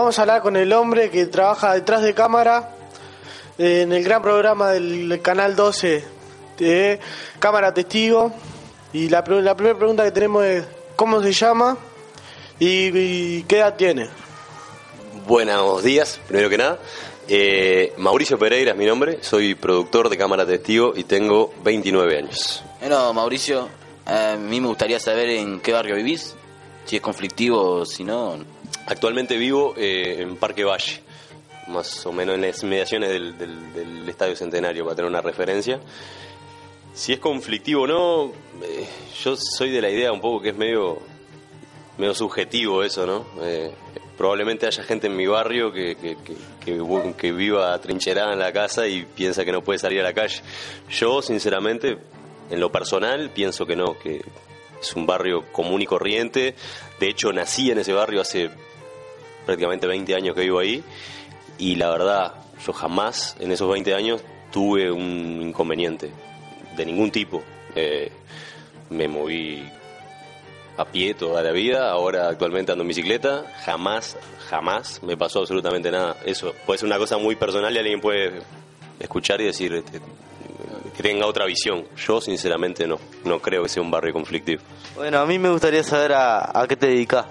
vamos a hablar con el hombre que trabaja detrás de cámara en el gran programa del Canal 12 de Cámara Testigo. Y la primera pregunta que tenemos es: ¿cómo se llama y qué edad tiene? Buenos días, primero que nada. Mauricio Pereira es mi nombre, soy productor de Cámara Testigo y tengo 29 años. Bueno, Mauricio, a mí me gustaría saber en qué barrio vivís, si es conflictivo o si no. Actualmente vivo en Parque Valle, más o menos en las inmediaciones del Estadio Centenario, para tener una referencia. Si es conflictivo o no, yo soy de la idea un poco que es medio subjetivo eso, ¿no? Probablemente haya gente en mi barrio que viva atrincherada en la casa y piensa que no puede salir a la calle. Yo, sinceramente, en lo personal, pienso que no, que es un barrio común y corriente. De hecho, nací en ese barrio hace prácticamente 20 años que vivo ahí, y la verdad, yo jamás en esos 20 años tuve un inconveniente de ningún tipo. Me moví a pie toda la vida, ahora actualmente ando en bicicleta, jamás me pasó absolutamente nada. Eso puede ser una cosa muy personal y alguien puede escuchar y decir que tenga otra visión. Yo sinceramente no creo que sea un barrio conflictivo. Bueno, a mí me gustaría saber a qué te dedicas.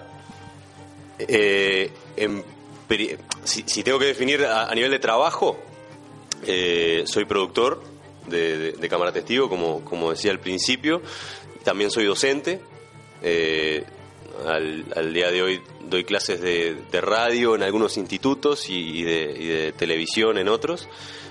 Si tengo que definir a nivel de trabajo, soy productor de Cámara Testigo, como decía al principio. También soy docente. Al día de hoy doy clases de radio en algunos institutos y de televisión en otros.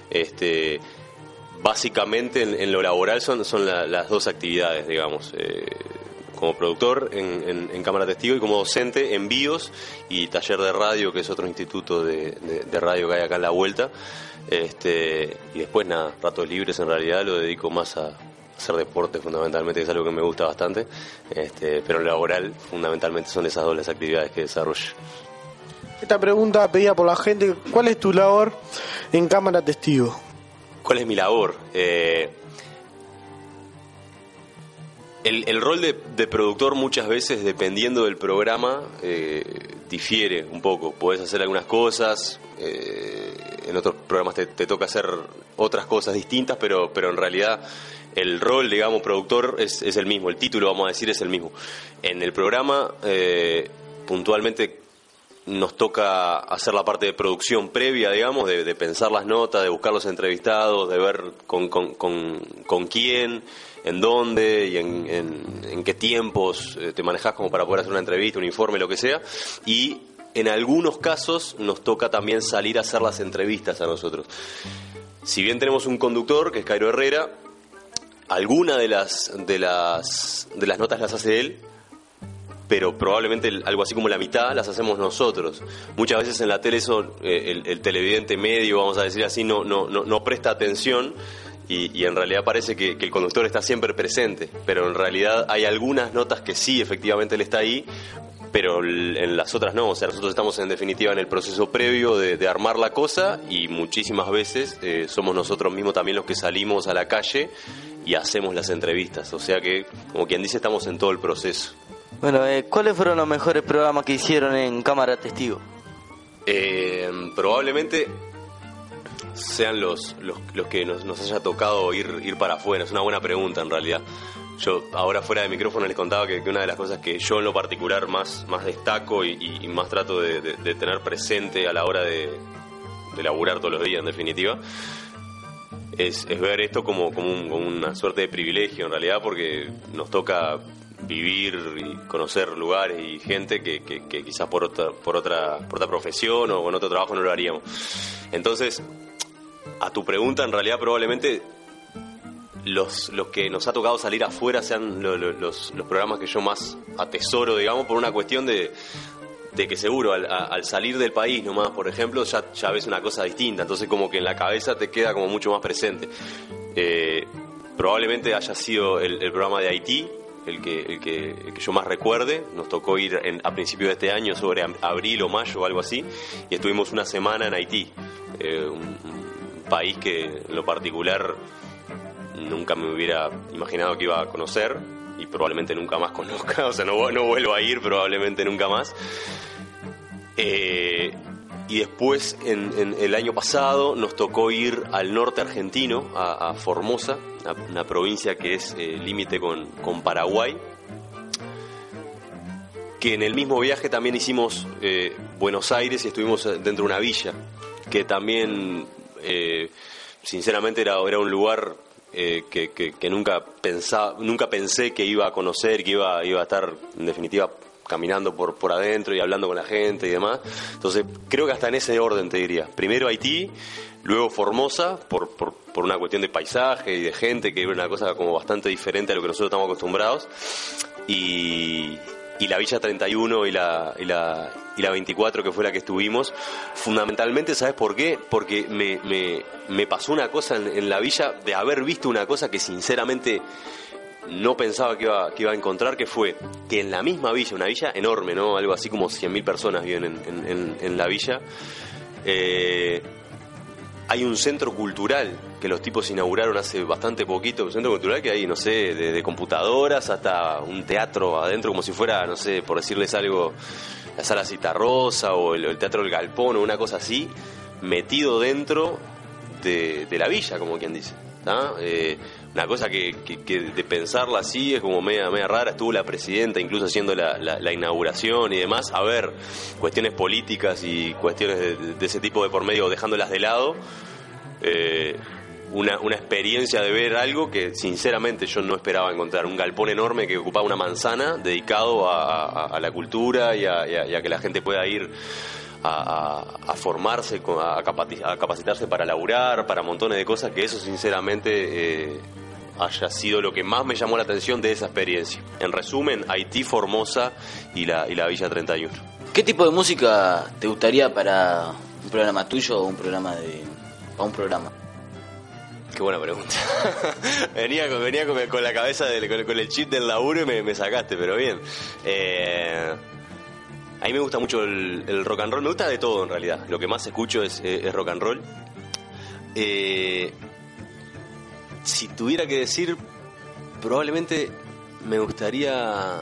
Básicamente en lo laboral son las dos actividades, digamos. Como productor en Cámara Testigo y como docente en BIOS y Taller de Radio, que es otro instituto de radio que hay acá en la vuelta. Y después nada, ratos libres en realidad lo dedico más a hacer deporte fundamentalmente, que es algo que me gusta bastante, pero en laboral fundamentalmente son esas dos las actividades que desarrollo. Esta pregunta pedida por la gente: ¿cuál es tu labor en Cámara Testigo? ¿Cuál es mi labor? El rol de productor muchas veces, dependiendo del programa, difiere un poco. Podés hacer algunas cosas, en otros programas te toca hacer otras cosas distintas, pero en realidad el rol, digamos, productor es el mismo, el título, vamos a decir, es el mismo. En el programa, puntualmente, nos toca hacer la parte de producción previa, digamos, de pensar las notas, de buscar los entrevistados, de ver con quién, en dónde y en qué tiempos te manejás como para poder hacer una entrevista, un informe, lo que sea. Y en algunos casos nos toca también salir a hacer las entrevistas a nosotros. Si bien tenemos un conductor, que es Cairo Herrera, alguna de las notas las hace él, pero probablemente algo así como la mitad las hacemos nosotros. Muchas veces en la tele eso, el televidente medio, vamos a decir así, no presta atención y en realidad parece que el conductor está siempre presente, pero en realidad hay algunas notas que sí, efectivamente él está ahí, pero en las otras no. O sea, nosotros estamos en definitiva en el proceso previo de armar la cosa, y muchísimas veces somos nosotros mismos también los que salimos a la calle y hacemos las entrevistas. O sea que, como quien dice, estamos en todo el proceso. Bueno, ¿cuáles fueron los mejores programas que hicieron en Cámara Testigo? Probablemente sean los que nos haya tocado ir para afuera. Es una buena pregunta en realidad. Yo ahora fuera de micrófono les contaba que una de las cosas que yo en lo particular más destaco y más trato de tener presente a la hora de laburar todos los días, en definitiva, es ver esto como una suerte de privilegio en realidad, porque nos toca vivir y conocer lugares y gente que quizás por otra profesión o con otro trabajo no lo haríamos. Entonces, a tu pregunta, en realidad probablemente los que nos ha tocado salir afuera sean los programas que yo más atesoro, digamos, por una cuestión de que seguro al salir del país nomás, por ejemplo, ya ves una cosa distinta, entonces como que en la cabeza te queda como mucho más presente. Probablemente haya sido el programa de Haití el que yo más recuerde. Nos tocó ir a principios de este año, sobre abril o mayo o algo así, y estuvimos una semana en Haití, un país que en lo particular nunca me hubiera imaginado que iba a conocer y probablemente nunca más conozca, o sea, no vuelvo a ir probablemente nunca más. Y después, en el año pasado, nos tocó ir al norte argentino, a Formosa, una provincia que es límite con Paraguay. Que en el mismo viaje también hicimos Buenos Aires y estuvimos dentro de una villa, que también, sinceramente, era un lugar que nunca pensé que iba a conocer, que iba a estar, en definitiva, caminando por adentro y hablando con la gente y demás. Entonces creo que hasta en ese orden te diría: primero Haití, luego Formosa por una cuestión de paisaje y de gente, que era una cosa como bastante diferente a lo que nosotros estamos acostumbrados, y la Villa 31 y la 24, que fue la que estuvimos, fundamentalmente, ¿sabes por qué? Porque me pasó una cosa en la villa, de haber visto una cosa que sinceramente no pensaba que iba a encontrar, que fue que en la misma villa, una villa enorme, ¿no? Algo así como 100.000 personas viven en la villa, hay un centro cultural que los tipos inauguraron hace bastante poquito, un centro cultural que hay, no sé, de computadoras hasta un teatro adentro, como si fuera, no sé, por decirles algo, la Sala Citarrosa o el Teatro del Galpón o una cosa así, metido dentro de la villa, como quien dice, ¿tá? Una cosa que de pensarla así es como media rara. Estuvo la presidenta incluso haciendo la inauguración y demás. A ver, cuestiones políticas y cuestiones de ese tipo de por medio, dejándolas de lado, una experiencia de ver algo que sinceramente yo no esperaba encontrar. Un galpón enorme que ocupaba una manzana, dedicado a la cultura y a que la gente pueda ir a formarse, a capacitarse para laburar, para montones de cosas, que eso sinceramente haya sido lo que más me llamó la atención de esa experiencia. En resumen, Haití, Formosa y la Villa 31. ¿Qué tipo de música te gustaría para un programa tuyo o un programa para un programa? Qué buena pregunta. venía con la cabeza, con el chip del laburo y me sacaste, pero bien. A mí me gusta mucho el rock and roll. Me gusta de todo, en realidad. Lo que más escucho es rock and roll. Si tuviera que decir, probablemente me gustaría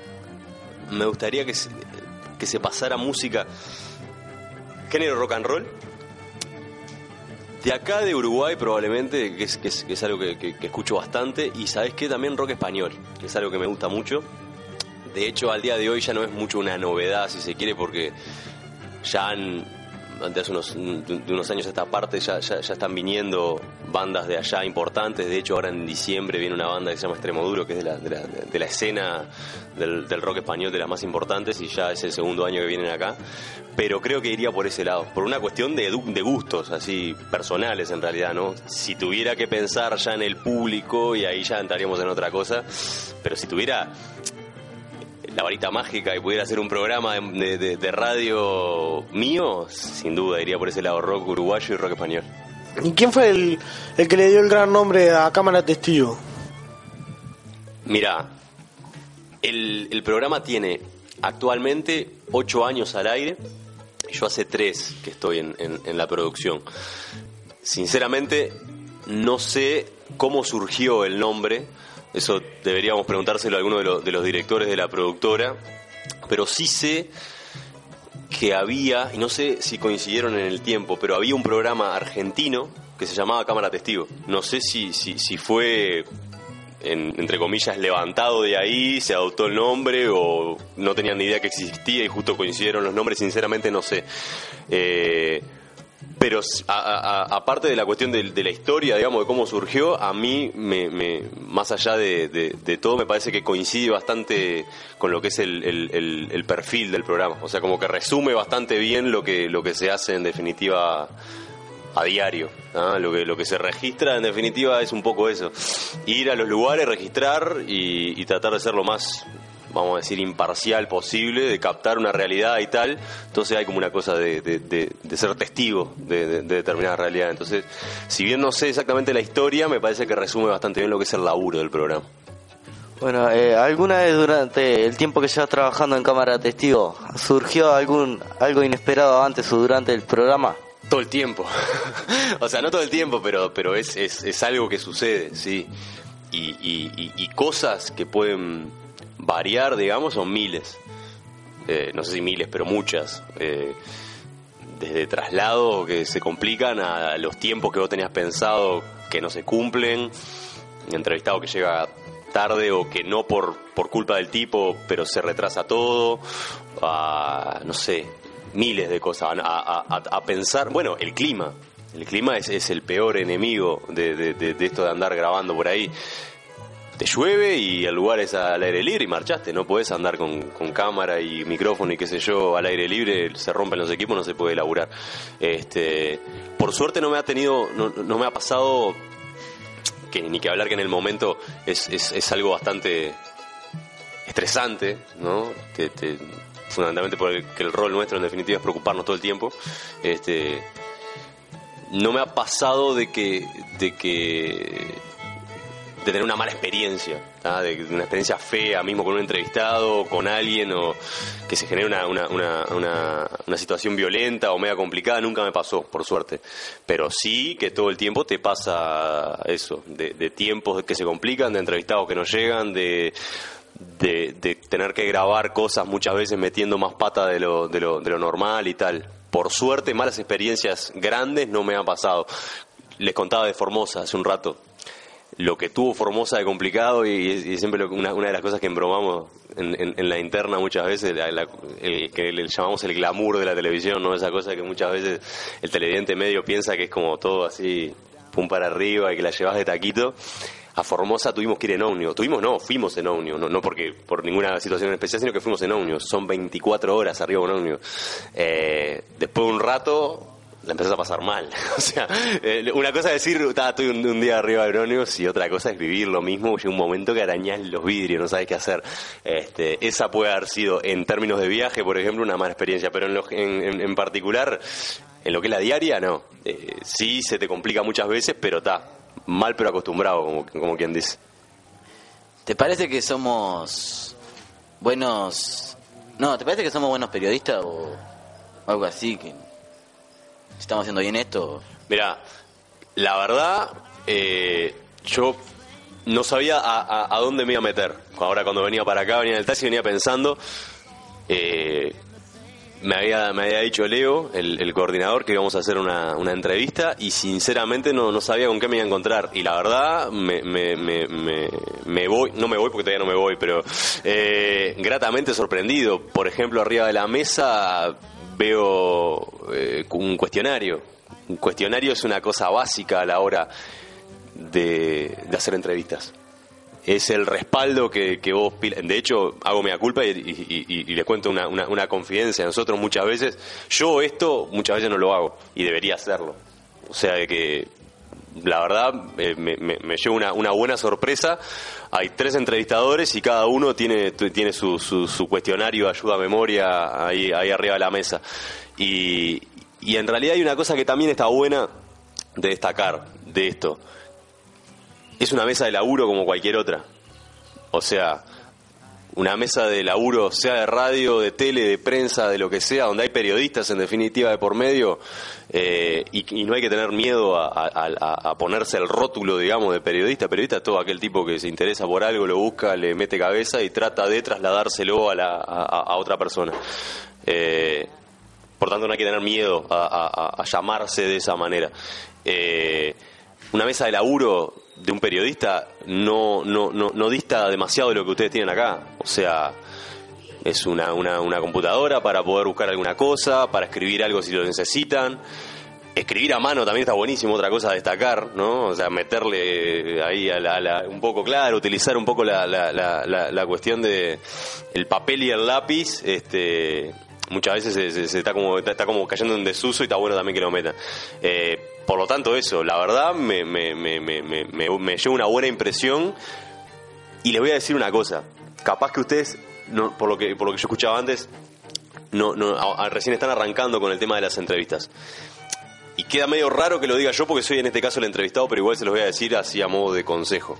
que se pasara música género rock and roll de acá de Uruguay, probablemente, que es algo que escucho bastante. Y ¿sabes qué? También rock español, que es algo que me gusta mucho. De hecho, al día de hoy ya no es mucho una novedad, si se quiere, porque ya desde hace unos años a esta parte ya están viniendo bandas de allá importantes. De hecho, ahora en diciembre viene una banda que se llama Extremoduro, que es de la escena del rock español, de las más importantes, y ya es el segundo año que vienen acá. Pero creo que iría por ese lado, por una cuestión de gustos así personales, en realidad, ¿no? Si tuviera que pensar ya en el público, y ahí ya entraríamos en otra cosa, pero si tuviera la varita mágica y pudiera hacer un programa de radio mío, sin duda iría por ese lado, rock uruguayo y rock español. ¿Y quién fue el que le dio el gran nombre a Cámara Testigo? Mirá, el programa tiene actualmente 8 años al aire, y yo hace 3 que estoy en la producción. Sinceramente, no sé cómo surgió el nombre. Eso deberíamos preguntárselo a alguno de los directores de la productora, pero sí sé que había, y no sé si coincidieron en el tiempo, pero había un programa argentino que se llamaba Cámara Testigo. No sé si fue, entre comillas, levantado de ahí, se adoptó el nombre, o no tenían ni idea que existía y justo coincidieron los nombres. Sinceramente no sé. Pero aparte de la cuestión de la historia, digamos, de cómo surgió, a mí, más allá de todo, me parece que coincide bastante con lo que es el perfil del programa. O sea, como que resume bastante bien lo que se hace, en definitiva, a diario, ¿ah? Lo que se registra, en definitiva, es un poco eso. Ir a los lugares, registrar y tratar de ser lo más, vamos a decir, imparcial posible, de captar una realidad y tal. Entonces hay como una cosa de ser testigo de determinada realidad. Entonces, si bien no sé exactamente la historia, me parece que resume bastante bien lo que es el laburo del programa. Bueno, ¿alguna vez durante el tiempo que llevas trabajando en Cámara Testigo surgió algo inesperado antes o durante el programa? Todo el tiempo. O sea, no todo el tiempo, pero es algo que sucede, sí. Y cosas que pueden variar, digamos, son miles. No sé si miles, pero muchas. desde traslados que se complican a los tiempos que vos tenías pensado que no se cumplen, entrevistado que llega tarde o que no por culpa del tipo, pero se retrasa todo, no sé, miles de cosas, a pensar, bueno, el clima es el peor enemigo de esto de andar grabando por ahí. Te llueve y el lugar es al aire libre y marchaste, no podés andar con cámara y micrófono y qué sé yo al aire libre, se rompen los equipos, no se puede laburar. Por suerte no me ha pasado, que ni que hablar que en el momento es algo bastante estresante, ¿no? Fundamentalmente porque el rol nuestro en definitiva es preocuparnos todo el tiempo. No me ha pasado de tener una mala experiencia, de una experiencia fea, mismo con un entrevistado, con alguien, o que se genere una situación violenta o media complicada. Nunca me pasó, por suerte. Pero sí que todo el tiempo te pasa eso, de tiempos que se complican, de entrevistados que no llegan, de tener que grabar cosas muchas veces metiendo más pata de lo normal y tal. Por suerte, malas experiencias grandes no me han pasado. Les contaba de Formosa hace un rato. Lo que tuvo Formosa de complicado y siempre una de las cosas que embromamos en la interna muchas veces, que le llamamos el glamour de la televisión, ¿no? Esa cosa que muchas veces el televidente medio piensa que es como todo así, pum para arriba y que la llevas de taquito. A Formosa tuvimos que ir en ómnibus. Fuimos en ómnibus, no porque por ninguna situación en especial, sino que fuimos en ómnibus. Son 24 horas arriba de un ómnibus. Después de un rato la empezás a pasar mal. O sea, una cosa es decir, estoy un día arriba de ómnibus, y otra cosa es vivir lo mismo. Llega un momento que arañás los vidrios, no sabes qué hacer. Esa puede haber sido, en términos de viaje, por ejemplo, una mala experiencia, pero en particular, en lo que es la diaria, no. Sí se te complica muchas veces, pero mal pero acostumbrado, como quien dice. ¿Te parece que somos buenos? No, ¿te parece que somos buenos periodistas o algo así? Que estamos haciendo bien esto. Mirá, la verdad, yo no sabía a dónde me iba a meter. Ahora cuando venía para acá, venía en el taxi, venía pensando. Me había dicho Leo, el coordinador, que íbamos a hacer una entrevista, y sinceramente no sabía con qué me iba a encontrar. Y la verdad, me voy, no me voy porque todavía no me voy, pero gratamente sorprendido. Por ejemplo, arriba de la mesa veo un cuestionario. Un cuestionario es una cosa básica a la hora de hacer entrevistas. Es el respaldo que vos... De hecho, hago mea culpa y les cuento una confidencia. Nosotros muchas veces... muchas veces no lo hago y debería hacerlo. O sea, de que la verdad me llevo una buena sorpresa. Hay 3 entrevistadores y cada uno tiene su cuestionario, ayuda a memoria ahí arriba de la mesa. Y en realidad hay una cosa que también está buena de destacar de esto. Es una mesa de laburo como cualquier otra. O sea, una mesa de laburo, sea de radio, de tele, de prensa, de lo que sea, donde hay periodistas en definitiva de por medio, y no hay que tener miedo a ponerse el rótulo, digamos, de periodista. Periodista es todo aquel tipo que se interesa por algo, lo busca, le mete cabeza y trata de trasladárselo a otra persona. Por tanto, no hay que tener miedo a llamarse de esa manera. Una mesa de laburo de un periodista no dista demasiado de lo que ustedes tienen acá. O sea, es una computadora para poder buscar alguna cosa, para escribir algo si lo necesitan. Escribir a mano también está buenísimo, otra cosa a destacar, ¿no? O sea, meterle ahí un poco, claro, utilizar un poco la cuestión de el papel y el lápiz. Muchas veces se está como cayendo en desuso, y está bueno también que lo metan. Por lo tanto, eso, la verdad, me lleva una buena impresión. Y les voy a decir una cosa. Capaz que ustedes, por lo que yo escuchaba antes, recién están arrancando con el tema de las entrevistas. Y queda medio raro que lo diga yo, porque soy en este caso el entrevistado, pero igual se los voy a decir así a modo de consejo.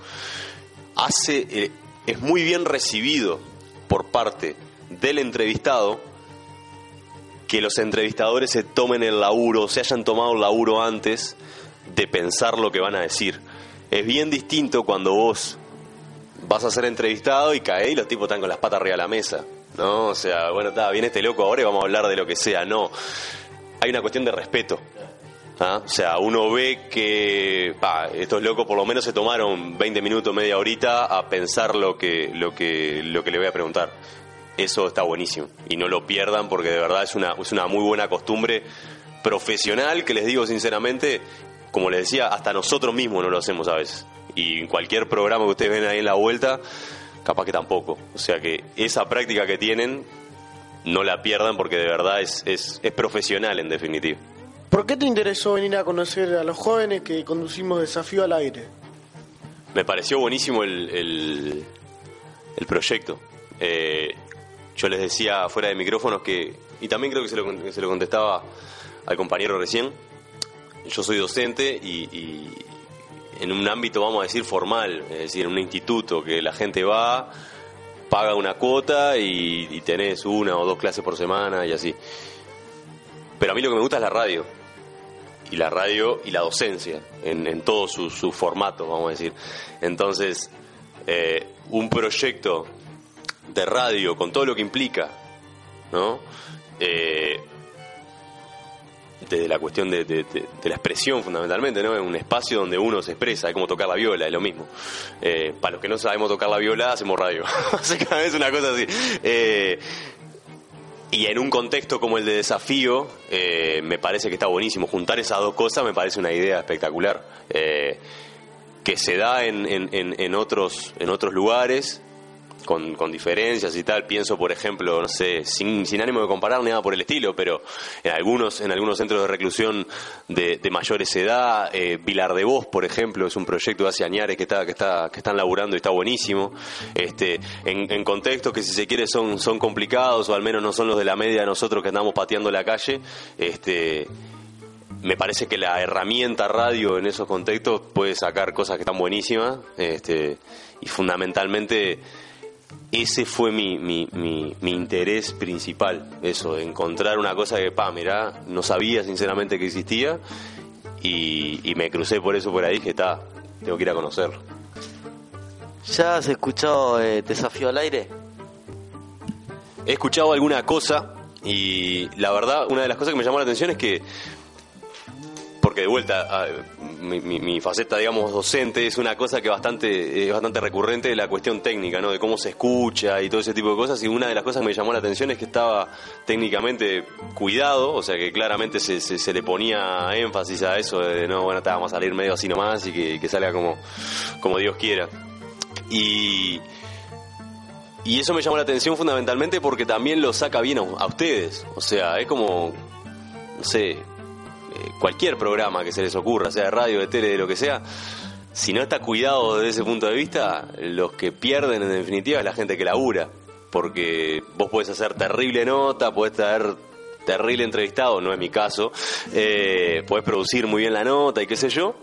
Es muy bien recibido por parte del entrevistado que los entrevistadores se tomen el laburo, se hayan tomado el laburo antes de pensar lo que van a decir. Es bien distinto cuando vos vas a ser entrevistado y caes y los tipos están con las patas arriba de la mesa, ¿no? O sea, bueno, viene este loco ahora y vamos a hablar de lo que sea. No. hay una cuestión de respeto. O sea, uno ve que estos locos por lo menos se tomaron 20 minutos, media horita a pensar lo que le voy a preguntar. Eso está buenísimo y no lo pierdan, porque de verdad es una muy buena costumbre profesional que les digo sinceramente, como les decía, hasta nosotros mismos no lo hacemos a veces, y en cualquier programa que ustedes ven ahí en la vuelta capaz que tampoco. O sea que esa práctica que tienen no la pierdan, porque de verdad es profesional en definitiva. ¿Por qué te interesó venir a conocer a los jóvenes que conducimos Desafío al Aire? Me pareció buenísimo el proyecto. Yo les decía fuera de micrófonos y también creo que se lo contestaba al compañero recién, yo soy docente y en un ámbito, vamos a decir, formal, es decir, en un instituto que la gente va, paga una cuota y tenés 1 o 2 clases por semana y así. Pero a mí lo que me gusta es la radio. Y la radio y la docencia, en todos sus formatos, vamos a decir. Entonces, un proyecto de radio con todo lo que implica, ¿no? Desde la cuestión de la expresión fundamentalmente, ¿no? Es un espacio donde uno se expresa, es como tocar la viola, es lo mismo. Para los que no sabemos tocar la viola, hacemos radio. Básicamente es una cosa así. Y en un contexto como el de Desafío, me parece que está buenísimo. Juntar esas dos cosas me parece una idea espectacular. Que se da en otros lugares, con diferencias y tal. Pienso, por ejemplo, no sé, sin ánimo de comparar ni nada por el estilo, pero en algunos centros de reclusión de mayores edad, Vilar de Voz, por ejemplo, es un proyecto de hace añares que están laburando y está buenísimo. En contextos que, si se quiere, son complicados, o al menos no son los de la media de nosotros que andamos pateando la calle. Me parece que la herramienta radio en esos contextos puede sacar cosas que están buenísimas, y fundamentalmente ese fue mi interés principal, eso, encontrar una cosa que, mirá, no sabía sinceramente que existía, y me crucé por eso por ahí, que tengo que ir a conocerlo. ¿Ya has escuchado Desafío al Aire? He escuchado alguna cosa, y la verdad, una de las cosas que me llamó la atención es que, porque de vuelta, mi faceta, digamos, docente, es una cosa que es bastante recurrente, de la cuestión técnica, ¿no? De cómo se escucha y todo ese tipo de cosas, y una de las cosas que me llamó la atención es que estaba técnicamente cuidado, o sea que claramente se le ponía énfasis a eso de no, bueno, vamos a salir medio así nomás, y que salga como Dios quiera. Y eso me llamó la atención fundamentalmente porque también lo saca bien a ustedes, o sea, es como, no sé, cualquier programa que se les ocurra, sea de radio, de tele, de lo que sea, si no está cuidado desde ese punto de vista, los que pierden en definitiva es la gente que labura, porque vos podés hacer terrible nota, podés traer terrible entrevistado, no es mi caso, podés producir muy bien la nota y qué sé yo,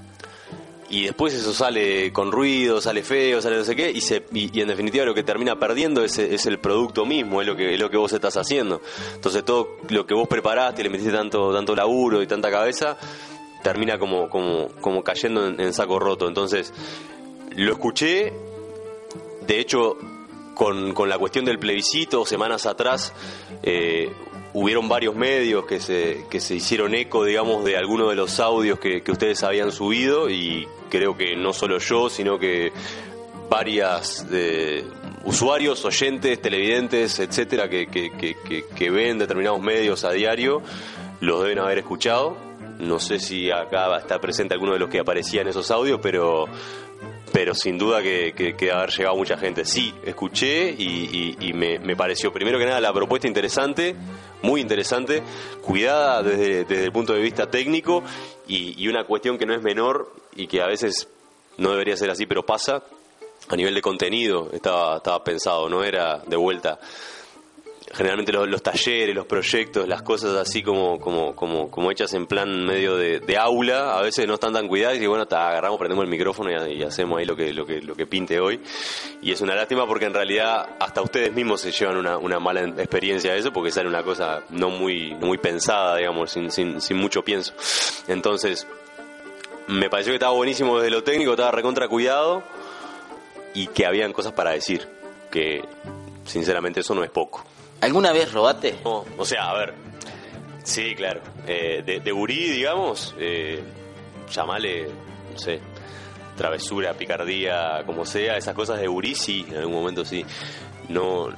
y después eso sale con ruido, sale feo, sale no sé qué, y en definitiva lo que termina perdiendo es el producto mismo, es lo que vos estás haciendo. Entonces todo lo que vos preparaste y le metiste tanto laburo y tanta cabeza, termina como cayendo en saco roto. Entonces lo escuché, de hecho, con la cuestión del plebiscito, semanas atrás, hubieron varios medios que se hicieron eco, digamos, de algunos de los audios que ustedes habían subido, y creo que no solo yo, sino que varias usuarios, oyentes, televidentes, etcétera, que ven determinados medios a diario, los deben haber escuchado. No sé si acá está presente alguno de los que aparecía en esos audios, pero sin duda que debe haber llegado mucha gente. Sí, escuché y me pareció, primero que nada, la propuesta interesante, muy interesante, cuidada desde el punto de vista técnico, y una cuestión que no es menor y que a veces no debería ser así, pero pasa, a nivel de contenido estaba pensado, no era de vuelta. Generalmente los talleres, los proyectos, las cosas así como hechas en plan medio de aula, a veces no están tan cuidadas, y bueno, agarramos, prendemos el micrófono y hacemos ahí lo que pinte hoy. Y es una lástima porque en realidad hasta ustedes mismos se llevan una mala experiencia de eso, porque sale una cosa no muy pensada, digamos, sin mucho pienso. Entonces, me pareció que estaba buenísimo desde lo técnico, estaba recontra cuidado, y que habían cosas para decir, que sinceramente eso no es poco. ¿Alguna vez robaste? No, o sea, a ver, Sí, claro. De gurí, digamos, llamale, no sé, travesura, picardía, como sea, esas cosas de gurí, sí, en algún momento sí. No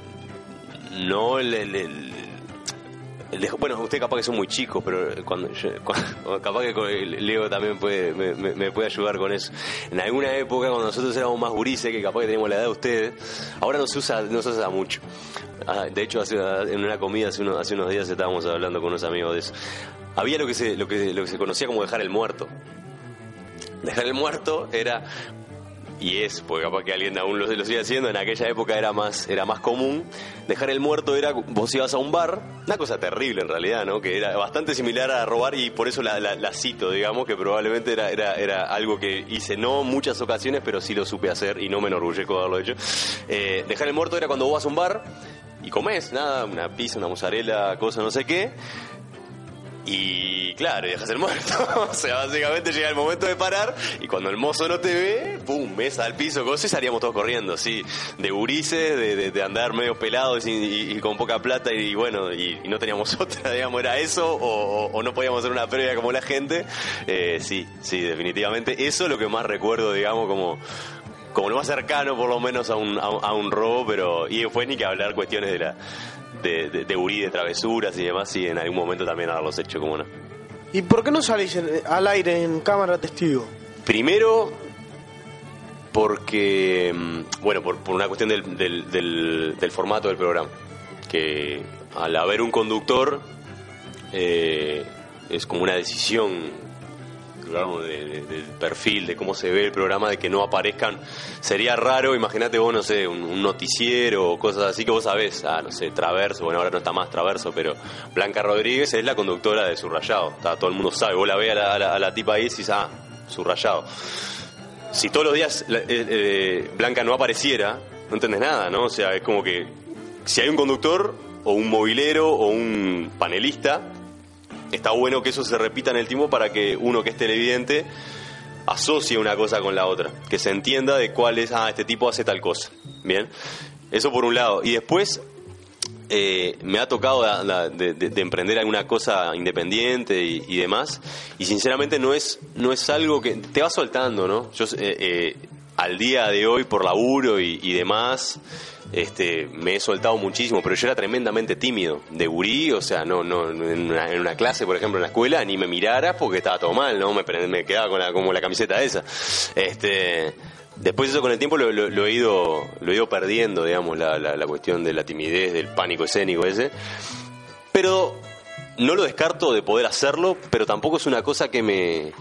bueno, usted capaz que son muy chicos, pero cuando capaz que Leo también me puede ayudar con eso. En alguna época, cuando nosotros éramos más gurises, que capaz que teníamos la edad de ustedes, ahora no se usa mucho. De hecho, en una comida hace unos días estábamos hablando con unos amigos de eso. Había lo que se conocía como dejar el muerto. Dejar el muerto era, y es, porque capaz que alguien aún lo sigue haciendo, en aquella época era más común. Dejar el muerto era, vos ibas a un bar, una cosa terrible en realidad, ¿no? Que era bastante similar a robar, y por eso la cito, digamos, que probablemente era algo que hice no muchas ocasiones, pero sí lo supe hacer y no me enorgullezco de haberlo hecho. Dejar el muerto era cuando vos vas a un bar y comés, nada, una pizza, una mozzarella, cosa no sé qué. Y claro, y dejas el muerto. O sea, básicamente llega el momento de parar, y cuando el mozo no te ve, pum, mesa al piso, cosas, y salíamos todos corriendo, sí, de gurises, de andar medio pelados y con poca plata, y bueno, y no teníamos otra, digamos, era eso, o no podíamos hacer una previa como la gente. Sí, definitivamente, eso es lo que más recuerdo, digamos, como lo más cercano, por lo menos, a un robo, pero, y después ni que hablar cuestiones de gurí, de travesuras y demás, y en algún momento también haberlos hecho, como no. ¿Y por qué no salís al aire en cámara testigo? Primero, porque, bueno, por una cuestión del formato del programa, que al haber un conductor, es como una decisión, digamos, del perfil, de cómo se ve el programa, de que no aparezcan. Sería raro, imagínate vos, no sé, un noticiero o cosas así que vos sabés, no sé, Traverso, bueno, ahora no está más Traverso, pero Blanca Rodríguez es la conductora de Subrayado, todo el mundo sabe, vos la ves a la tipa ahí y decís, Subrayado. Si todos los días Blanca no apareciera, no entendés nada, ¿no? O sea, es como que si hay un conductor o un movilero o un panelista, está bueno que eso se repita en el tiempo para que uno que es televidente asocie una cosa con la otra, que se entienda de cuál es, este tipo hace tal cosa. Bien, eso por un lado. Y después me ha tocado de emprender alguna cosa independiente y demás, y sinceramente no es algo que te va soltando, ¿no? Yo al día de hoy, por laburo y demás, me he soltado muchísimo, pero yo era tremendamente tímido de gurí, o sea, no en una clase, por ejemplo, en la escuela, ni me mirara porque estaba todo mal, ¿no? Me quedaba como la camiseta esa. Después eso con el tiempo lo he ido perdiendo, digamos, la cuestión de la timidez, del pánico escénico ese. Pero no lo descarto de poder hacerlo, pero tampoco es una cosa que me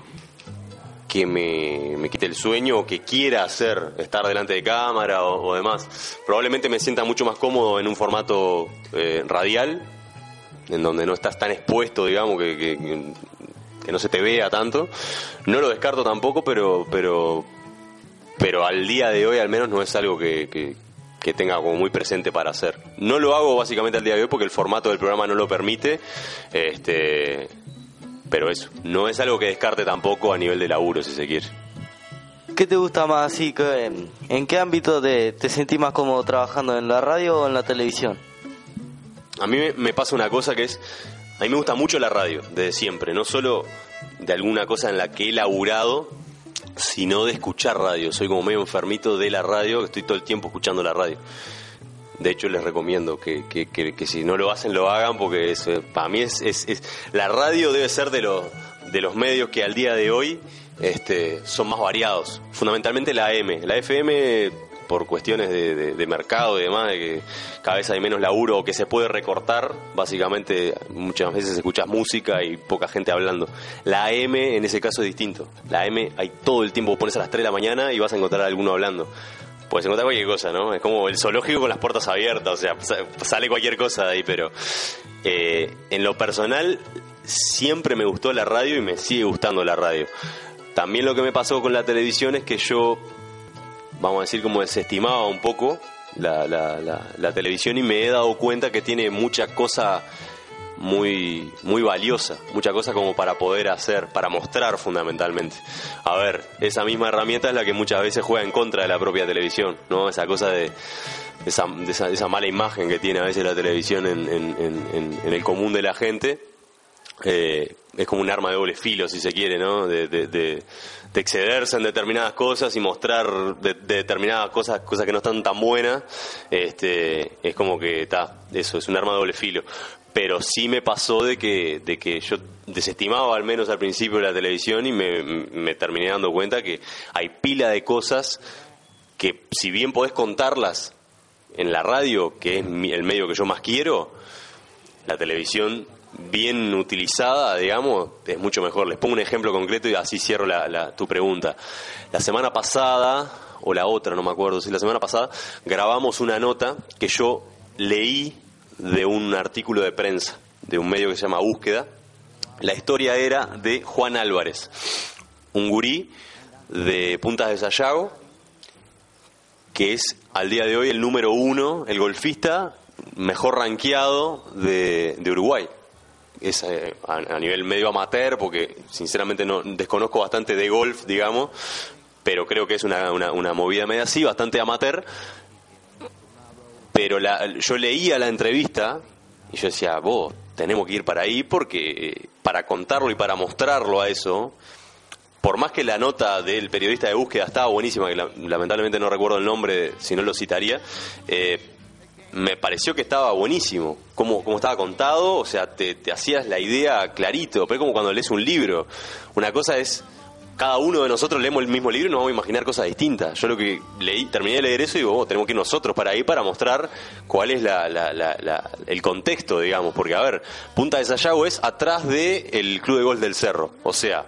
quite el sueño o que quiera estar delante de cámara o demás. Probablemente me sienta mucho más cómodo en un formato radial, en donde no estás tan expuesto, digamos, que no se te vea tanto. No lo descarto tampoco, pero al día de hoy al menos no es algo que tenga como muy presente para hacer. No lo hago básicamente al día de hoy porque el formato del programa no lo permite, pero eso, no es algo que descarte tampoco a nivel de laburo, si se quiere. ¿Qué te gusta más así? ¿En qué ámbito te sentís más cómodo trabajando? ¿En la radio o en la televisión? A mí me pasa una cosa que es, a mí me gusta mucho la radio, desde siempre, no solo de alguna cosa en la que he laburado, sino de escuchar radio. Soy como medio enfermito de la radio, estoy todo el tiempo escuchando la radio. De hecho, les recomiendo que si no lo hacen, lo hagan, porque para mí la radio debe ser de los medios que al día de hoy son más variados. Fundamentalmente la AM. La FM, por cuestiones de mercado y demás, de que cada vez hay menos laburo o que se puede recortar, básicamente muchas veces escuchas música y poca gente hablando. La AM en ese caso es distinto. La AM hay todo el tiempo, pones a las 3 de la mañana y vas a encontrar a alguno hablando. Puedes encontrar cualquier cosa, ¿no? Es como el zoológico con las puertas abiertas, o sea, sale cualquier cosa de ahí, pero en lo personal siempre me gustó la radio y me sigue gustando la radio. También lo que me pasó con la televisión es que yo, vamos a decir, como desestimaba un poco la televisión, y me he dado cuenta que tiene mucha cosa muy, muy valiosa, mucha cosa como para poder hacer, para mostrar fundamentalmente. A ver, esa misma herramienta es la que muchas veces juega en contra de la propia televisión, ¿no? Esa cosa de esa mala imagen que tiene a veces la televisión en el común de la gente, es como un arma de doble filo, si se quiere, ¿no? De excederse en determinadas cosas y mostrar de determinadas cosas que no están tan buenas. Es como que eso es un arma de doble filo. Pero sí me pasó de que yo desestimaba al menos al principio la televisión y me terminé dando cuenta que hay pila de cosas que, si bien podés contarlas en la radio, que es el medio que yo más quiero, la televisión bien utilizada, digamos, es mucho mejor. Les pongo un ejemplo concreto y así cierro tu pregunta. La semana pasada, o la otra, no me acuerdo, si la semana pasada, grabamos una nota que yo leí de un artículo de prensa, de un medio que se llama Búsqueda. La historia era de Juan Álvarez, un gurí de Punta de Sayago, que es al día de hoy el número 1, el golfista mejor rankeado de Uruguay. Es a nivel medio amateur, porque sinceramente no desconozco bastante de golf, digamos, pero creo que es una movida media así, bastante amateur. Pero yo leía la entrevista y yo decía, vos, tenemos que ir para ahí, porque para contarlo y para mostrarlo a eso, por más que la nota del periodista de Búsqueda estaba buenísima, que lamentablemente no recuerdo el nombre, si no lo citaría, me pareció que estaba buenísimo, como estaba contado, o sea, te hacías la idea clarito, pero es como cuando lees un libro. Una cosa es, cada uno de nosotros leemos el mismo libro y nos vamos a imaginar cosas distintas. Yo lo que terminé de leer eso y digo, tenemos que ir nosotros para ahí para mostrar cuál es el contexto, digamos, porque a ver, Punta de Sayago es atrás del Club de Golf del Cerro, o sea,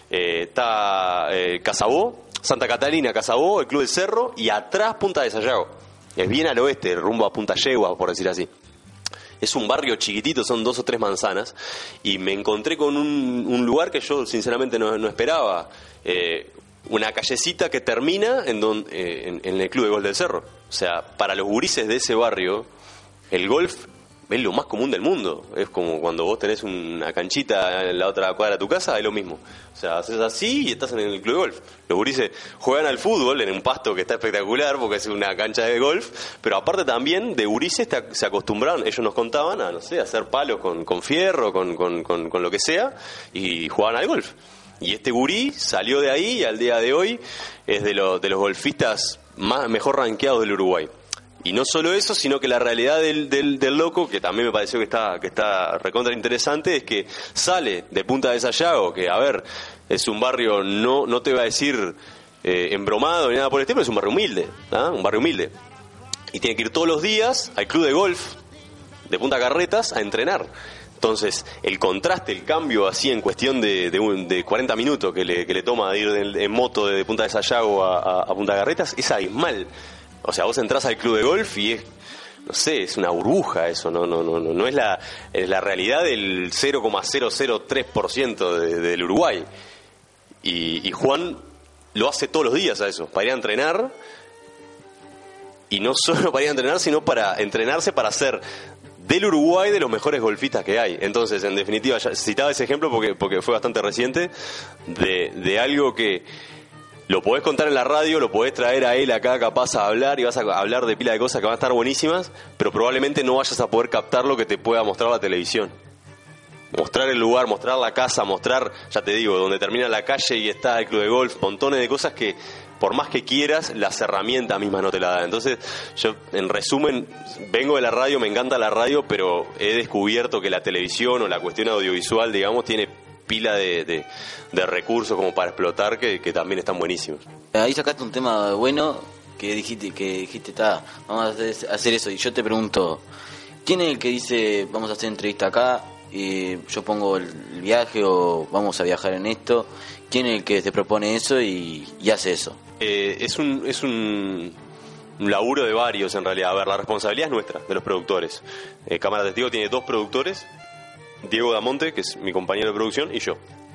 está Casabó, Santa Catalina, Casabó, el Club del Cerro, y atrás Punta de Sayago. Es bien al oeste, rumbo a Punta Yegua, por decir así. Es un barrio chiquitito, son 2 o 3 manzanas, y me encontré con un lugar que yo sinceramente no esperaba. Una callecita que termina en el Club de Golf del Cerro. O sea, para los gurises de ese barrio, el golf es lo más común del mundo. Es como cuando vos tenés una canchita en la otra cuadra de tu casa, es lo mismo. O sea, haces así y estás en el club de golf. Los gurises juegan al fútbol en un pasto que está espectacular porque es una cancha de golf, pero aparte también de gurises se acostumbraron, ellos nos contaban a, no sé, hacer palos con fierro, con lo que sea, y jugaban al golf. Y este gurí salió de ahí y al día de hoy es de los golfistas mejor rankeados del Uruguay. Y no solo eso, sino que la realidad del loco, que también me pareció que está recontra interesante, es que sale de Punta de Sayago, que a ver, es un barrio, no te voy a decir embromado ni nada por el estilo, es un barrio humilde, ¿ah? Un barrio humilde. Y tiene que ir todos los días al club de golf de Punta Carretas a entrenar. Entonces, el contraste, el cambio así en cuestión de 40 minutos que le toma de ir en moto de Punta de Sayago a Punta Carretas es abismal. O sea, vos entrás al club de golf y es, no sé, es una burbuja eso, no es la realidad del 0,003% del Uruguay. Y Juan lo hace todos los días a eso, para ir a entrenar, y no solo para ir a entrenar, sino para entrenarse para ser del Uruguay de los mejores golfistas que hay. Entonces, en definitiva, ya citaba ese ejemplo porque fue bastante reciente, de algo que lo podés contar en la radio, lo podés traer a él acá capaz a hablar y vas a hablar de pila de cosas que van a estar buenísimas, pero probablemente no vayas a poder captar lo que te pueda mostrar la televisión. Mostrar el lugar, mostrar la casa, mostrar, ya te digo, donde termina la calle y está el club de golf, montones de cosas que por más que quieras, las herramientas mismas no te las dan. Entonces, yo en resumen, vengo de la radio, me encanta la radio, pero he descubierto que la televisión o la cuestión audiovisual, digamos, tiene pila de recursos como para explotar que también están buenísimos. Ahí sacaste un tema bueno que dijiste vamos a hacer eso, y yo te pregunto, ¿quién es el que dice vamos a hacer entrevista acá y yo pongo el viaje o vamos a viajar en esto? ¿Quién es el que te propone eso y hace eso? Es un laburo de varios en realidad. A ver, la responsabilidad es nuestra, de los productores. Cámara Testigo tiene 2 productores, Diego Damonte, que es mi compañero de producción, y yo.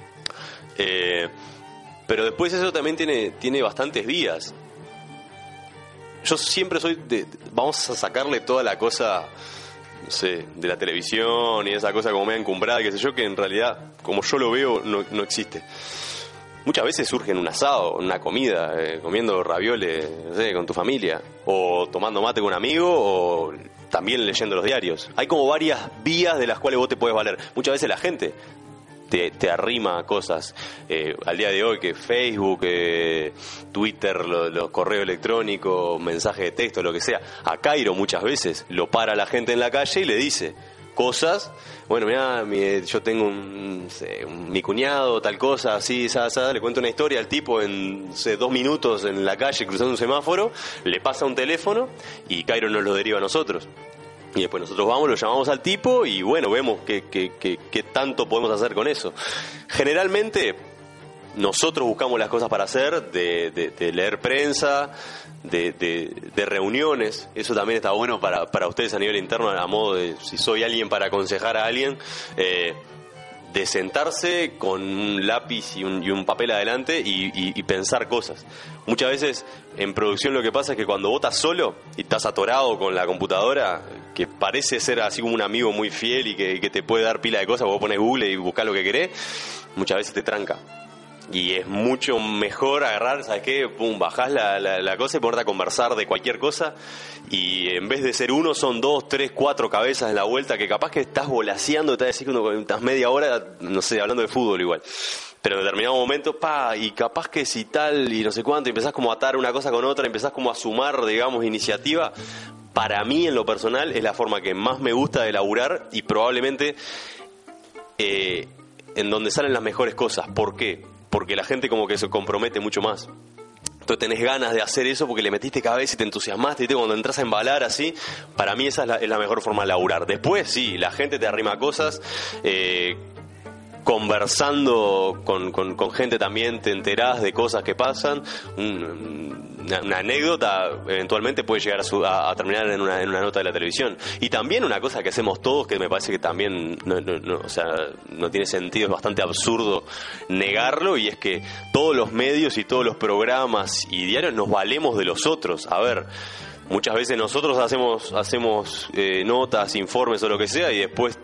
Pero después eso también tiene bastantes vías. Yo siempre soy vamos a sacarle toda la cosa, no sé, de la televisión y esa cosa como media encumbrada, qué sé yo, que en realidad, como yo lo veo, no existe. Muchas veces surge en un asado, en una comida, comiendo ravioles, no sé, con tu familia, o tomando mate con un amigo, o también leyendo los diarios. Hay como varias vías de las cuales vos te podés valer. Muchas veces la gente te arrima a cosas. Al día de hoy que Facebook, Twitter, los correos electrónicos, mensajes de texto, lo que sea, a Cairo muchas veces lo para la gente en la calle y le dice cosas. Bueno, mirá, yo tengo mi cuñado, tal cosa, así, le cuento una historia al tipo en 2 minutos en la calle cruzando un semáforo, le pasa un teléfono y Cairo nos lo deriva a nosotros. Y después nosotros vamos, lo llamamos al tipo y bueno, vemos qué tanto podemos hacer con eso. Generalmente nosotros buscamos las cosas para hacer, de leer prensa, de reuniones. Eso también está bueno para ustedes a nivel interno, a modo de, si soy alguien para aconsejar a alguien, de sentarse con un lápiz y un papel adelante y pensar cosas. Muchas veces en producción lo que pasa es que cuando vos estás solo y estás atorado con la computadora, que parece ser así como un amigo muy fiel y que te puede dar pila de cosas, vos pones Google y buscás lo que querés, muchas veces te tranca. Y es mucho mejor agarrar, ¿sabes qué? Pum, bajás la cosa y ponerte a conversar de cualquier cosa. Y en vez de ser uno, son 2, 3, 4 cabezas en la vuelta que capaz que estás volaseando, te vas a decir que estás media hora, no sé, hablando de fútbol igual. Pero en determinado momento, y capaz que si tal y no sé cuánto, y empezás como a atar una cosa con otra, empezás como a sumar, digamos, iniciativa. Para mí, en lo personal, es la forma que más me gusta de laburar y probablemente en donde salen las mejores cosas. ¿Por qué? Porque la gente como que se compromete mucho más. Entonces tenés ganas de hacer eso porque le metiste cabeza y te entusiasmaste, ¿viste? Cuando entras a embalar así, para mí esa es la mejor forma de laburar. Después sí, la gente te arrima cosas, conversando con gente también te enterás de cosas que pasan. Una anécdota eventualmente puede llegar a terminar en una nota de la televisión. Y también una cosa que hacemos todos, que me parece que también no tiene sentido, es bastante absurdo negarlo, y es que todos los medios y todos los programas y diarios nos valemos de los otros. A ver, muchas veces nosotros hacemos notas, informes o lo que sea, y después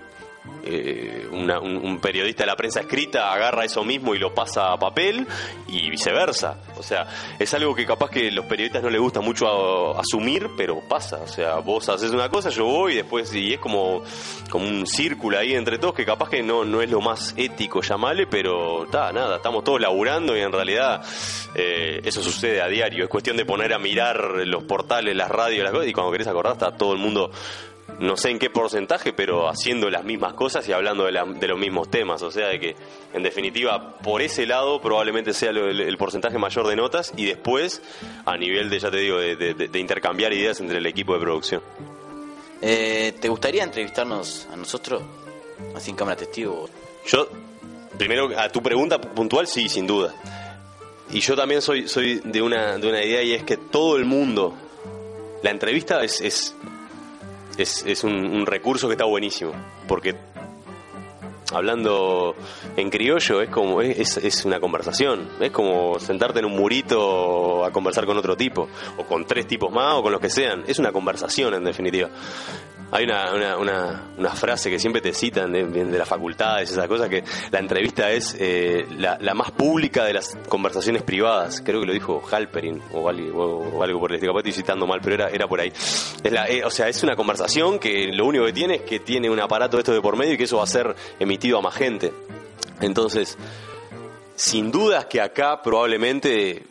un periodista de la prensa escrita agarra eso mismo y lo pasa a papel, y viceversa. O sea, es algo que capaz que los periodistas no les gusta mucho asumir, pero pasa. O sea, vos haces una cosa, yo voy, y después, y es como un círculo ahí entre todos que capaz que no es lo más ético, llamale, pero nada, estamos todos laburando, y en realidad eso sucede a diario. Es cuestión de poner a mirar los portales, las radios, las cosas, y cuando querés acordar está todo el mundo, no sé en qué porcentaje, pero haciendo las mismas cosas y hablando de los mismos temas. O sea, de que, en definitiva, por ese lado probablemente sea el porcentaje mayor de notas, y después, a nivel de, ya te digo, de intercambiar ideas entre el equipo de producción. ¿Te gustaría entrevistarnos a nosotros, así en cámara testigo? Yo, primero, a tu pregunta puntual, sí, sin duda. Y yo también soy de una idea, y es que todo el mundo, la entrevista es un recurso que está buenísimo, porque hablando en criollo es una conversación, es como sentarte en un murito a conversar con otro tipo, o con 3 tipos más, o con los que sean. Es una conversación, en definitiva. Hay una frase que siempre te citan de las facultades, esas cosas, que la entrevista es la más pública de las conversaciones privadas. Creo que lo dijo Halperin o algo por el estilo. Capaz estoy citando mal, pero era por ahí. Es una conversación que lo único que tiene es que tiene un aparato esto de por medio, y que eso va a ser emitido a más gente. Entonces, sin dudas que acá probablemente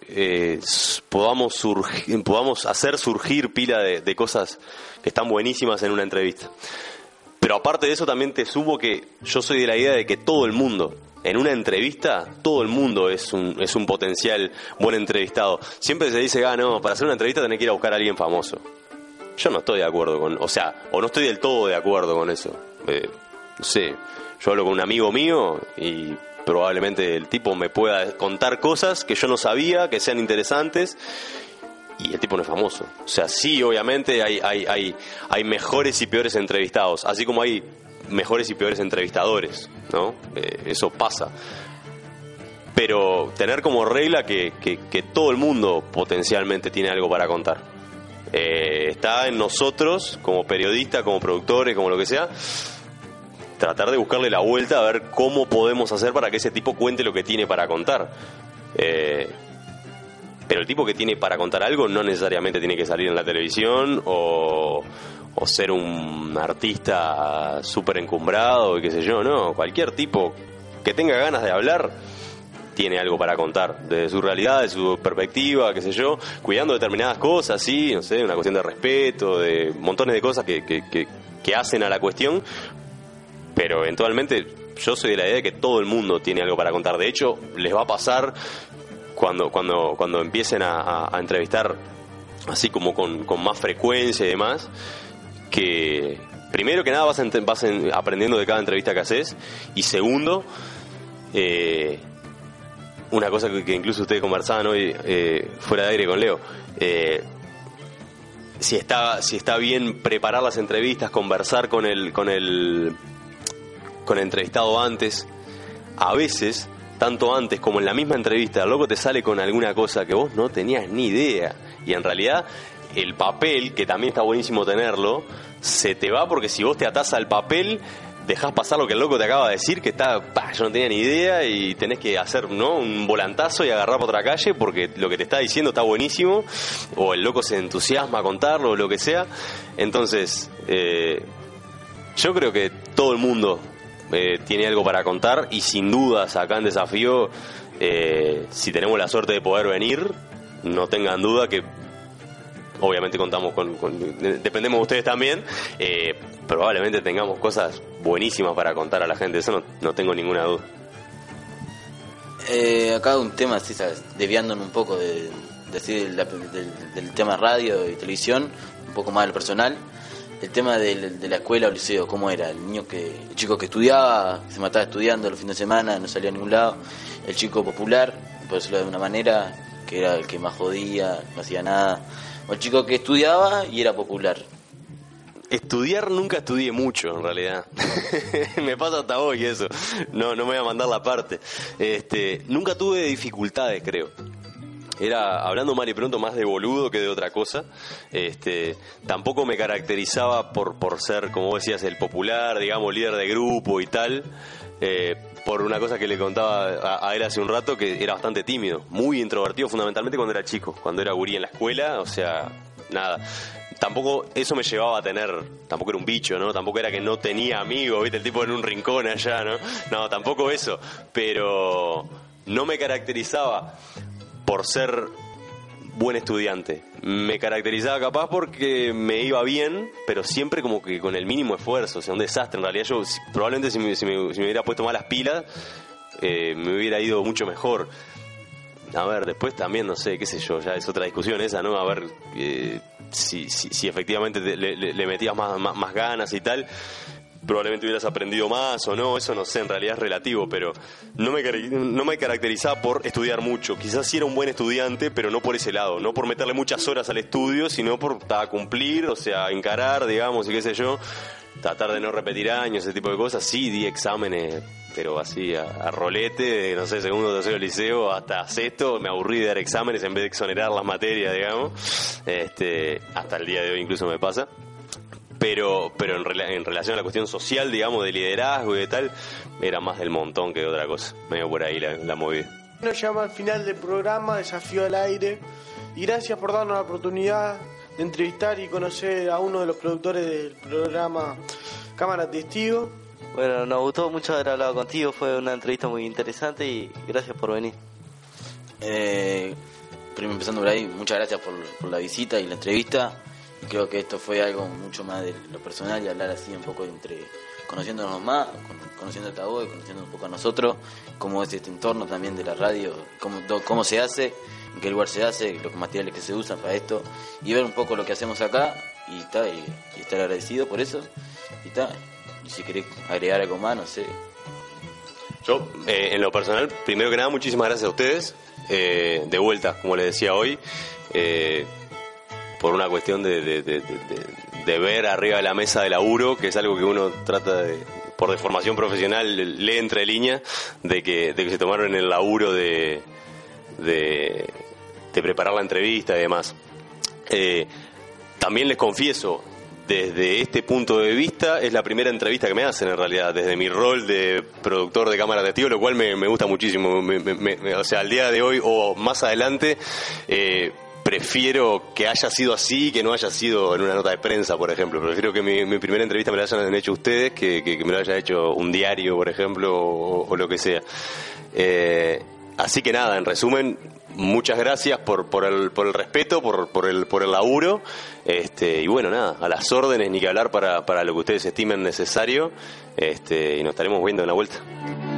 podamos hacer surgir pila de cosas que están buenísimas en una entrevista. Pero aparte de eso, también te sumo que yo soy de la idea de que todo el mundo, en una entrevista, todo el mundo es un potencial buen entrevistado. Siempre se dice, no, para hacer una entrevista tenés que ir a buscar a alguien famoso. Yo no estoy de acuerdo o no estoy del todo de acuerdo con eso. No sé, yo hablo con un amigo mío y probablemente el tipo me pueda contar cosas que yo no sabía, que sean interesantes, y el tipo no es famoso. O sea, sí, obviamente hay mejores y peores entrevistados, así como hay mejores y peores entrevistadores, ¿no? Eso pasa. Pero tener como regla que todo el mundo potencialmente tiene algo para contar. Está en nosotros, como periodistas, como productores, como lo que sea, tratar de buscarle la vuelta a ver cómo podemos hacer para que ese tipo cuente lo que tiene para contar. Pero el tipo que tiene para contar algo no necesariamente tiene que salir en la televisión o ser un artista súper encumbrado y qué sé yo, no. Cualquier tipo que tenga ganas de hablar tiene algo para contar, de su realidad, de su perspectiva, qué sé yo, cuidando determinadas cosas, sí, no sé, una cuestión de respeto, de montones de cosas que hacen a la cuestión, pero eventualmente yo soy de la idea de que todo el mundo tiene algo para contar. De hecho, les va a pasar cuando empiecen a entrevistar así como con más frecuencia y demás, que primero que nada vas aprendiendo de cada entrevista que haces, y segundo, una cosa que incluso ustedes conversaban hoy fuera de aire con Leo, si está bien preparar las entrevistas, conversar con el entrevistado antes. A veces, tanto antes como en la misma entrevista, el loco te sale con alguna cosa que vos no tenías ni idea, y en realidad el papel, que también está buenísimo tenerlo, se te va, porque si vos te atás al papel, dejás pasar lo que el loco te acaba de decir, que yo no tenía ni idea, y tenés que hacer, ¿no?, un volantazo y agarrar por otra calle porque lo que te está diciendo está buenísimo, o el loco se entusiasma a contarlo, o lo que sea. Entonces, yo creo que todo el mundo tiene algo para contar, y sin dudas acá en Desafío, si tenemos la suerte de poder venir, no tengan duda que obviamente contamos dependemos de ustedes también, probablemente tengamos cosas buenísimas para contar a la gente, eso no tengo ninguna duda. Acá un tema, así, ¿sabes?, desviándonos un poco del tema radio y televisión, un poco más del personal. El tema de la escuela o liceo, ¿cómo era? El chico que estudiaba, se mataba estudiando los fines de semana, no salía a ningún lado. El chico popular, por decirlo de una manera, que era el que más jodía, no hacía nada. O el chico que estudiaba y era popular. Estudiar nunca estudié mucho, en realidad. Me pasa hasta hoy eso. No me voy a mandar la parte. Nunca tuve dificultades, creo. Era, hablando mal y pronto, más de boludo que de otra cosa. Tampoco me caracterizaba por ser, como vos decías, el popular, digamos, líder de grupo y tal. Por una cosa que le contaba a él hace un rato, que era bastante tímido, muy introvertido, fundamentalmente cuando era chico, cuando era gurí en la escuela, o sea, nada. Tampoco eso me llevaba a tener, tampoco era un bicho, ¿no? Tampoco era que no tenía amigos, ¿viste? El tipo en un rincón allá, ¿no? No, tampoco eso, pero no me caracterizaba por ser buen estudiante. Me caracterizaba capaz porque me iba bien, pero siempre como que con el mínimo esfuerzo, o sea, un desastre. En realidad yo probablemente si me hubiera puesto mal las pilas, me hubiera ido mucho mejor. A ver, después también, no sé, qué sé yo, ya es otra discusión esa, ¿no? A ver si efectivamente le metías más ganas y tal, probablemente hubieras aprendido más o no, eso no sé, en realidad es relativo, pero no me caracterizaba por estudiar mucho. Quizás sí era un buen estudiante, pero no por ese lado, no por meterle muchas horas al estudio, sino por cumplir, o sea, encarar, digamos, y qué sé yo, tratar de no repetir años, ese tipo de cosas. Sí, di exámenes, pero así a rolete, de, no sé, segundo, tercero liceo hasta sexto, me aburrí de dar exámenes en vez de exonerar las materias, digamos. Hasta el día de hoy incluso me pasa. Pero en relación a la cuestión social, digamos, de liderazgo y de tal, era más del montón que de otra cosa. Medio por ahí la movida. Nos llama al final del programa Desafío al Aire, y gracias por darnos la oportunidad de entrevistar y conocer a uno de los productores del programa Cámara Testigo. Bueno, nos gustó mucho haber hablado contigo, fue una entrevista muy interesante y gracias por venir. Primero empezando por ahí, muchas gracias por la visita y la entrevista. Creo que esto fue algo mucho más de lo personal y hablar así un poco conociéndonos más, conociéndote a vos y conociendo un poco a nosotros, cómo es este entorno también de la radio, cómo se hace, en qué lugar se hace, los materiales que se usan para esto, y ver un poco lo que hacemos acá y estar agradecido por eso. Y si querés agregar algo más, no sé. Yo, en lo personal, primero que nada, muchísimas gracias a ustedes, de vuelta, como les decía hoy, por una cuestión de ver arriba de la mesa de laburo, que es algo que uno trata por deformación profesional, lee entre líneas, de que se tomaron el laburo de preparar la entrevista y demás. También les confieso, desde este punto de vista, es la primera entrevista que me hacen en realidad, desde mi rol de productor de Cámara Testigo, lo cual me gusta muchísimo. O sea, al día de hoy o más adelante, prefiero que haya sido así que no haya sido en una nota de prensa, por ejemplo. Prefiero que mi primera entrevista me la hayan hecho ustedes que me la haya hecho un diario, por ejemplo, o lo que sea. Así que nada, en resumen, muchas gracias por el respeto, por el laburo, y bueno, nada, a las órdenes, ni que hablar para lo que ustedes estimen necesario, y nos estaremos viendo en la vuelta.